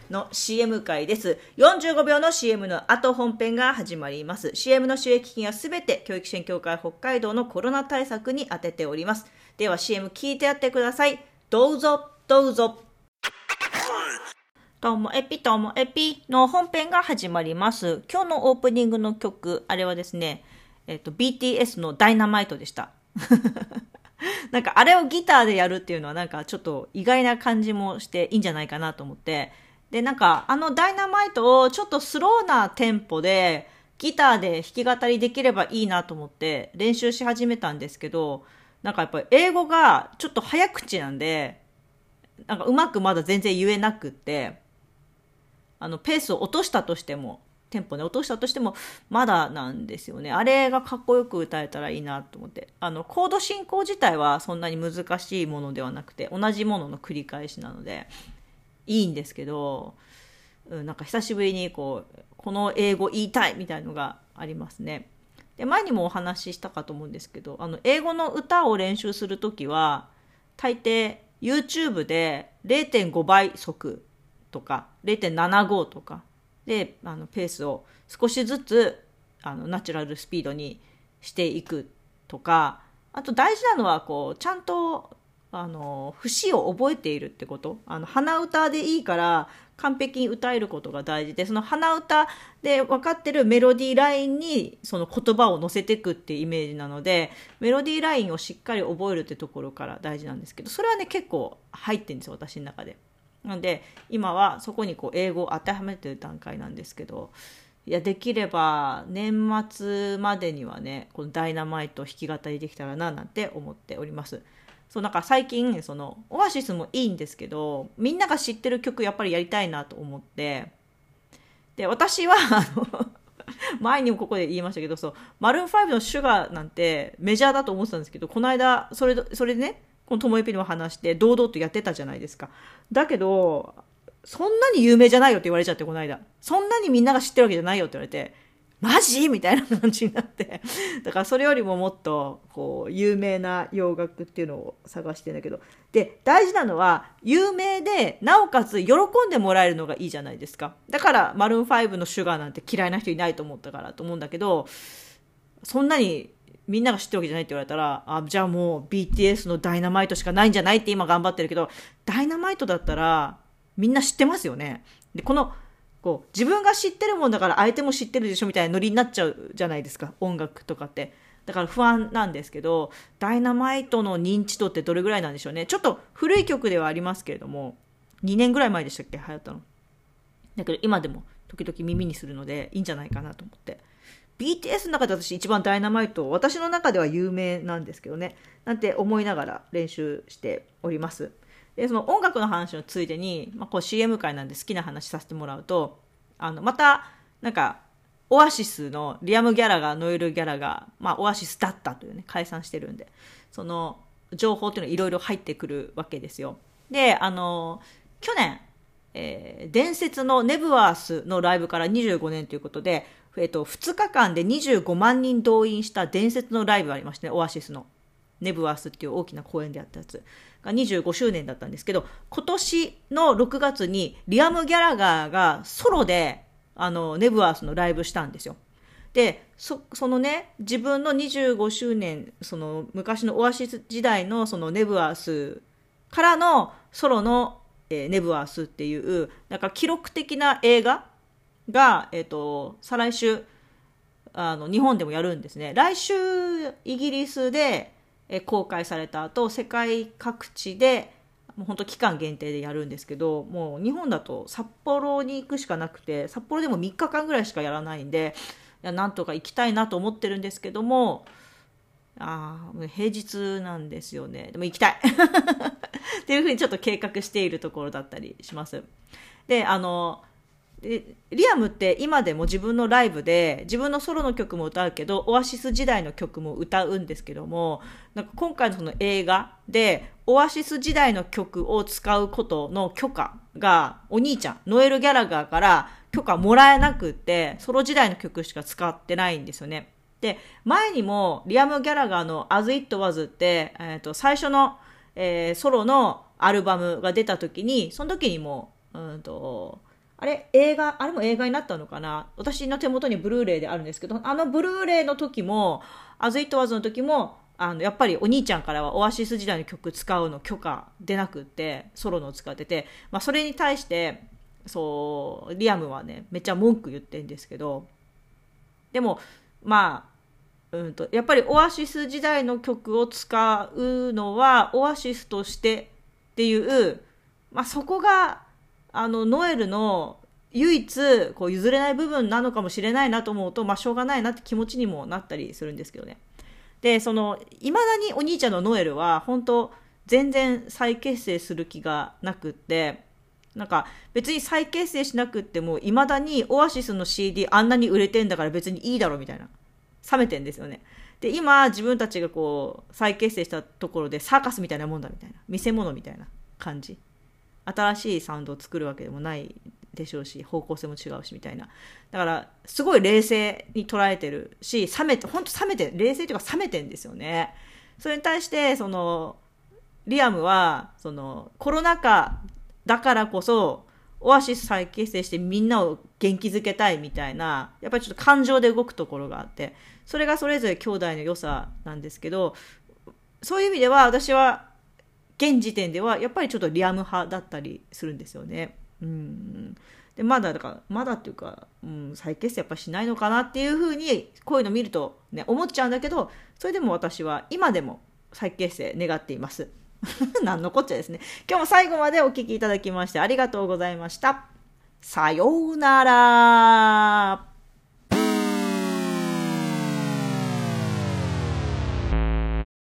の CM 回です。45秒の CM の後本編が始まります。CM の収益金はすべて教育支援協会北海道のコロナ対策に充てております。では CM 聞いてやってください。どうぞどうぞ。ともえぴともえぴの本編が始まります。今日のオープニングの曲、あれはですね、BTS のダイナマイトでした。なんかあれをギターでやるっていうのはなんかちょっと意外な感じもしていいんじゃないかなと思って、でなんかダイナマイトをちょっとスローなテンポでギターで弾き語りできればいいなと思って練習し始めたんですけど、なんかやっぱり英語がちょっと早口なんで、なんかうまくまだ全然言えなくって、ペースを落としたとしても、テンポね落としたとしてもまだなんですよね。あれがかっこよく歌えたらいいなと思って、コード進行自体はそんなに難しいものではなくて同じものの繰り返しなのでいいんですけど、なんか久しぶりにこの英語言いたいみたいのがありますね。で前にもお話ししたかと思うんですけど、英語の歌を練習するときは大抵 YouTube で 0.5 倍速とか 0.75 とかでペースを少しずつナチュラルスピードにしていくとか、あと大事なのはちゃんと節を覚えているってこと。鼻歌でいいから完璧に歌えることが大事で、その鼻歌で分かってるメロディーラインにその言葉を乗せていくっていうイメージなので、メロディーラインをしっかり覚えるってところから大事なんですけど、それはね結構入ってるんですよ、私の中で。なので今はそこに英語を当てはめてる段階なんですけど、いやできれば年末までにはねこのダイナマイト弾き語りできたらななんて思っております。そうなんか最近オアシスもいいんですけど、みんなが知ってる曲やっぱりやりたいなと思って、で私は前にもここで言いましたけど、マルーン5のシュガーなんてメジャーだと思ってたんですけど、この間それでねこのともえぴにも話して堂々とやってたじゃないですか。だけどそんなに有名じゃないよって言われちゃって、この間そんなにみんなが知ってるわけじゃないよって言われて、マジみたいな感じになって、だからそれよりももっと有名な洋楽っていうのを探してるんだけど、で大事なのは有名でなおかつ喜んでもらえるのがいいじゃないですか。だからマルーン5のシュガーなんて嫌いな人いないと思ったからと思うんだけど、そんなにみんなが知ってるわけじゃないって言われたら、じゃあもう BTS のダイナマイトしかないんじゃないって今頑張ってるけど、ダイナマイトだったらみんな知ってますよね。で自分が知ってるもんだから相手も知ってるでしょみたいなノリになっちゃうじゃないですか、音楽とかって。だから不安なんですけど、ダイナマイトの認知度ってどれぐらいなんでしょうね。ちょっと古い曲ではありますけれども、2年ぐらい前でしたっけ流行ったの。だけど今でも時々耳にするのでいいんじゃないかなと思って、BTS の中で私一番ダイナマイト、私の中では有名なんですけどね、なんて思いながら練習しております。でその音楽の話のついでに、CM 会なんで好きな話させてもらうと、またなんかオアシスのリアム・ギャラガー、ノエル・ギャラガー、オアシスだったというね、解散してるんで、その情報っていうのがいろいろ入ってくるわけですよ。で去年、伝説のネブワースのライブから25年ということで、2日間で25万人動員した伝説のライブがありましてね、オアシスのネブワースっていう大きな公演でやったやつが25周年だったんですけど、今年の6月にリアム・ギャラガーがソロでネブワースのライブしたんですよ。でそのね、自分の25周年、その昔のオアシス時代のそのネブワースからのソロの、ネブワースっていうなんか記録的な映画が、再来週日本でもやるんですね。来週イギリスで、公開された後世界各地でもう本当期間限定でやるんですけど、もう日本だと札幌に行くしかなくて、札幌でも3日間ぐらいしかやらないんで、なんとか行きたいなと思ってるんですけども、平日なんですよね。でも行きたいっていうふうにちょっと計画しているところだったりします。でリアムって今でも自分のライブで自分のソロの曲も歌うけど、オアシス時代の曲も歌うんですけども、なんか今回のその映画でオアシス時代の曲を使うことの許可がお兄ちゃんノエル・ギャラガーから許可もらえなくって、ソロ時代の曲しか使ってないんですよね。で前にもリアム・ギャラガーの As It Was って、最初の、ソロのアルバムが出た時に、その時にもあれあれも映画になったのかな。私の手元にブルーレイであるんですけど、あのブルーレイの時も、アズ・イット・ワズの時も、やっぱりお兄ちゃんからはオアシス時代の曲使うの許可出なくって、ソロのを使ってて、まあそれに対して、そう、リアムはね、めっちゃ文句言ってんですけど、でも、まあ、やっぱりオアシス時代の曲を使うのは、オアシスとしてっていう、まあそこが、ノエルの唯一こう譲れない部分なのかもしれないなと思うと、まあしょうがないなって気持ちにもなったりするんですけどね。で、未だにお兄ちゃんのノエルは本当全然再結成する気がなくって、なんか別に再結成しなくっても未だにオアシスの CD あんなに売れてんだから別にいいだろみたいな。冷めてんですよね。で、今自分たちがこう再結成したところでサーカスみたいなもんだみたいな。見せ物みたいな感じ。新しいサウンドを作るわけでもないでしょうし、方向性も違うしみたいな。だからすごい冷静に捉えてるし、本当冷めて、冷静というか冷めてんですよね。それに対してリアムはコロナ禍だからこそオアシス再結成してみんなを元気づけたいみたいな、やっぱりちょっと感情で動くところがあって、それがそれぞれ兄弟の良さなんですけど、そういう意味では私は現時点ではやっぱりちょっとリアム派だったりするんですよね。でまだっていうか、再結成やっぱしないのかなっていうふうにこういうの見るとね思っちゃうんだけど、それでも私は今でも再結成願っています。なんのこっちゃですね。今日も最後までお聞きいただきましてありがとうございました。さようなら。